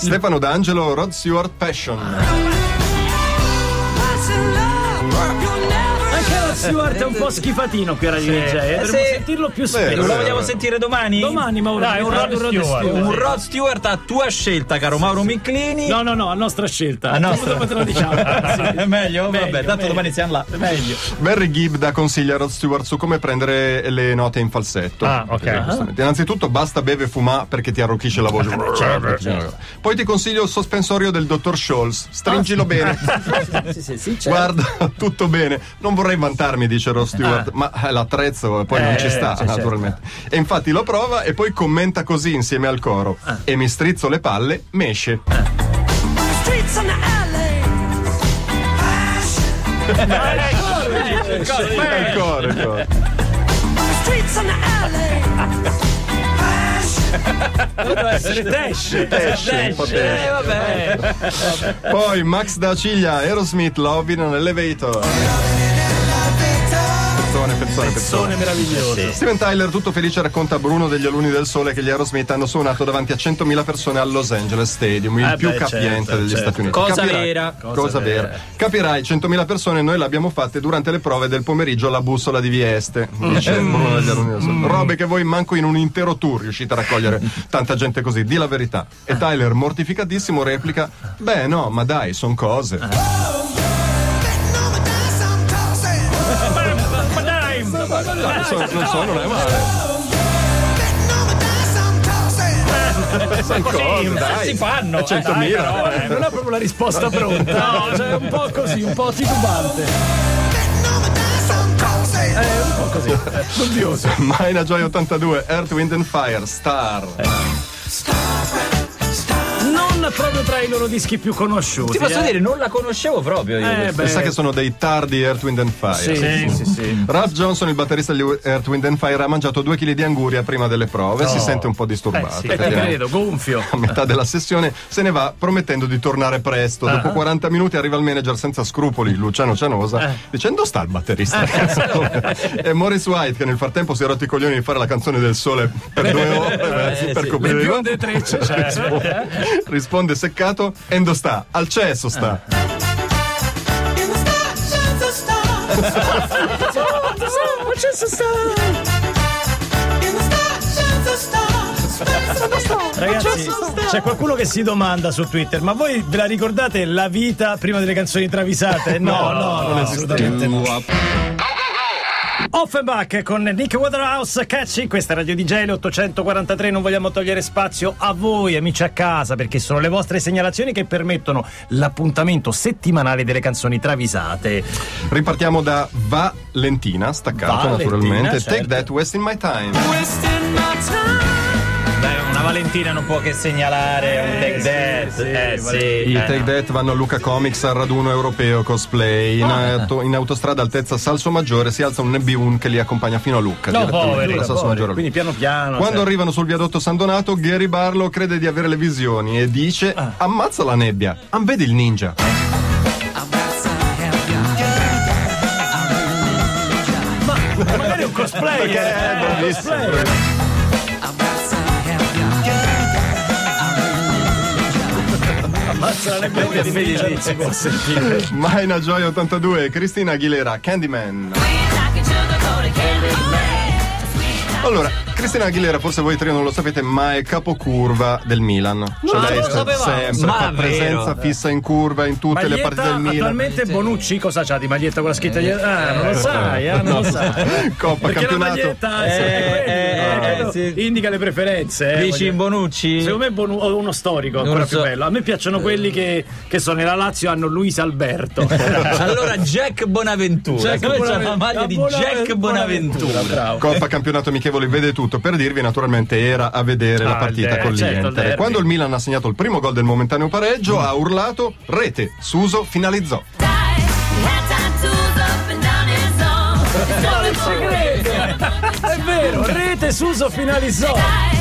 Stefano D'Angelo, Rod Stewart, Passion. Stewart è un po' schifatino qui a Radio DJ, dovremmo sentirlo più spesso. Lo vogliamo sentire domani? Domani, Mauro. Dai, un Rod Stewart a tua scelta, caro Mauro Miclini. No, a nostra scelta. A nostra. Dopo te lo diciamo. È meglio? Vabbè, tanto domani siamo là. Meglio. Barry Gibb dà consigli a Rod Stewart su come prendere le note in falsetto. Ok. Innanzitutto basta beve e fumà perché ti arrocchisce la voce. Certo. Poi ti consiglio il sospensorio del dottor Scholes. Stringilo bene. Sì, certo. Guarda, tutto bene. Non vorrei vantarmi, dice Rod Stewart, ma l'attrezzo poi non ci sta, naturalmente. E infatti lo prova e poi commenta così insieme al coro. E mi strizzo le palle, mesce. Il coro. Poteva essere Dash. Vabbè. Poi Max da Ciglia, Aerosmith, Love in an Elevator. Pezzone meraviglioso. Steven Tyler, tutto felice, racconta a Bruno degli Alunni del Sole che gli Aerosmith hanno suonato davanti a 100.000 persone al Los Angeles Stadium, il più capiente degli Stati Uniti. Cosa vera. Capirai, 100.000 persone noi le abbiamo fatte durante le prove del pomeriggio alla bussola di Vieste, dice Bruno degli Alunni del Sole. Robe che voi manco in un intero tour riuscite a raccogliere tanta gente così, di la verità. E Tyler, mortificatissimo, replica: beh no, ma dai, son cose. Non è male. Si fanno 100.000. Non è proprio la risposta pronta. No, cioè un po' così, un po' titubante. Un po' così, dubbioso. Maina Joy 82, Earth, Wind and Fire, Star. Non proprio tra i loro dischi più conosciuti. Ti posso dire, non la conoscevo proprio io. Mi sa che sono dei tardi Earth, Wind and Fire. Sì. Ralph Johnson, il batterista di Earth, Wind and Fire, ha mangiato 2 chili di anguria prima delle prove. Si sente un po' disturbato. Ti credo, gonfio. A metà della sessione se ne va promettendo di tornare presto. Dopo 40 minuti arriva il manager senza scrupoli, Luciano Cianosa, dicendo: sta il batterista. E Maurice White, che nel frattempo si è rotto i coglioni di fare la canzone del sole per 2 ore per coprire le bionde trecce. Risponde seccato: endo sta, al cesso sta. Ragazzi, c'è qualcuno che si domanda su Twitter: ma voi ve la ricordate la vita prima delle canzoni travisate? No, assolutamente no. Offenbach con Nick Waterhouse, Catchy. Questa è Radio DJ, le 843. Non vogliamo togliere spazio a voi, amici a casa, perché sono le vostre segnalazioni che permettono l'appuntamento settimanale delle canzoni travisate. Ripartiamo da Valentina, staccato naturalmente. certo. Take That, Wasting My Time. Una Valentina non può che segnalare un Take That. I Take That vanno a Luca Comics al raduno europeo cosplay. In autostrada altezza Salso Maggiore si alza un NB1 che li accompagna fino a Lucca. Poveri. Quindi piano piano. Quando arrivano sul viadotto San Donato, Gary Barlow crede di avere le visioni e dice: ammazza la nebbia, vedi il ninja. Ma magari è un cosplay. È bellissimo. Ammazza la nebbia di Felice, non si può sentire. Maina Joy 82, Cristina Aguilera, Candyman. Allora, Cristina Aguilera, forse voi tre non lo sapete, ma è capocurva del Milan. Cioè lei lo sapevamo. sempre Ma fa presenza fissa in curva in tutte le partite del Milan. Attualmente Bonucci cosa c'ha di maglietta con la scritta non lo sai, non lo sai. Coppa, perché campionato. La maglietta indica le preferenze. Dici Bonucci? Secondo me uno storico ancora più bello. A me piacciono quelli che sono nella Lazio, hanno Luis Alberto. Allora Jack Bonaventura. C'è la maglia di Jack Bonaventura. Bravo. Coppa, campionato amichevole, vede tutto. Per dirvi, naturalmente era a vedere la partita con l'Inter. Quando il Milan ha segnato il primo gol del momentaneo pareggio, ha urlato: rete, Suso finalizzò. È vero, rete, Suso finalizzò.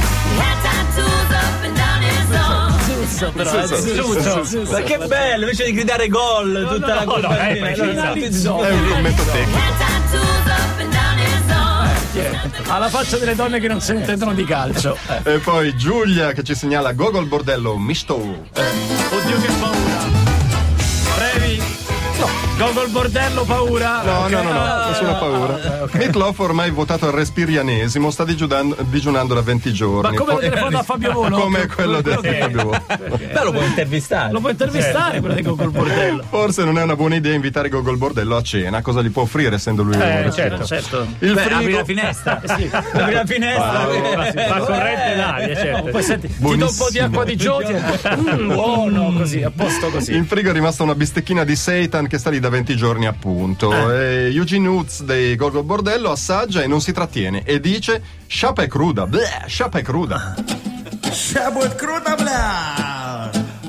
Ma che bello, invece di gridare gol tutta la colpa finalizzò. È un commento tecnico. Alla faccia delle donne che non se ne intendono di calcio. E poi Giulia che ci segnala Gogol Bordello misto. Oddio che paura. Brevi. Gogol Bordello paura. No, nessuna paura. Meatloaf ormai votato al respirianesimo, sta digiunando da 20 giorni. Ma come lo telefono a Fabio Volo? Come quello di Fabio Volo. Beh, lo puoi intervistare. Lo puoi intervistare quello di Gogol Bordello. Forse non è una buona idea invitare Gogol Bordello a cena. Cosa gli può offrire essendo lui un certo. Il frigo. Apri la finestra. Apri la finestra. Fa corrente d'aria, certo. Poi senti, ti do un po' di acqua di gioia. Buono, così, a posto così. In frigo è rimasta una bistecchina di seitan che sta lì da 20 giorni appunto. E Eugene Woods dei Gogol Bordello assaggia e non si trattiene e dice sciapa è cruda. Bleh, sciapa è cruda. Sciapa è cruda, bleh.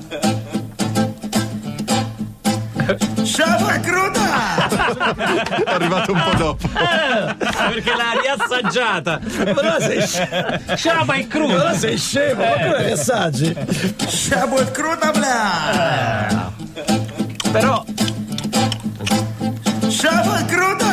Sciapa è cruda. È arrivato un po' dopo. Perché l'ha riassaggiata. Ma sei Sciapa è cruda. Ma sei scemo, ma come li assaggi? Sciapa è cruda, bleh. Però Sciapa è cruda.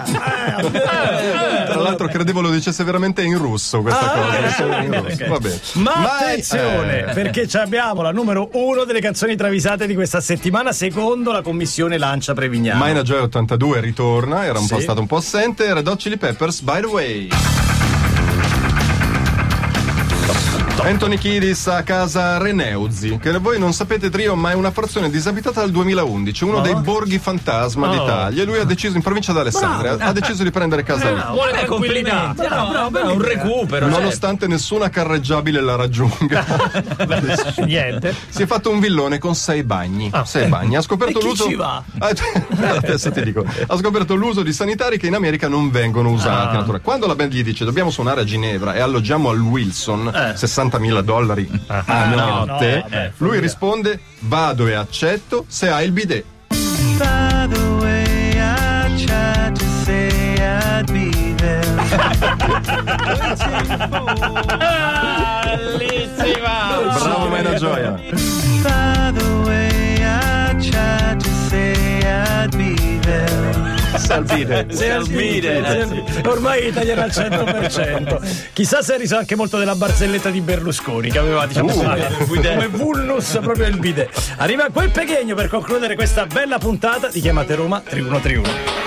Tra l'altro credevo lo dicesse veramente in russo questa cosa. In russo. Va bene. Ma attenzione, perché abbiamo la numero 1 delle canzoni travisate di questa settimana, secondo la commissione Lancia Prevignano. Mina Joy 82 ritorna, era stato un po' assente. Red Hot Chili Peppers, By the Way. Anthony Kiedis a casa Reneuzzi, che voi non sapete trio, ma è una frazione disabitata dal 2011, uno dei borghi fantasma d'Italia. E lui ha deciso, in provincia d'Alessandria, ha deciso di prendere casa lì. Vuole tranquillità. un recupero. Nonostante nessuna carreggiabile la raggiunga. Niente. Si è fatto un villone con 6 bagni. 6 bagni. Ha scoperto E chi l'uso. ci va? Adesso ti dico. Ha scoperto l'uso di sanitari che in America non vengono usati. Quando la band gli dice dobbiamo suonare a Ginevra e alloggiamo al Wilson, $60.000 a notte, lui risponde vado e accetto se hai il bidet. By the way, I tried to say I'd be there. Bellissima. Bravo Mina Gioia. By the way, I tried to say I'd be there. Ormai italiano al 100%. Chissà se ha riso anche molto della barzelletta di Berlusconi che aveva, diciamo, come vulnus proprio il bidet. Arriva quel Pechegno per concludere questa bella puntata di Chiamate Roma 3131.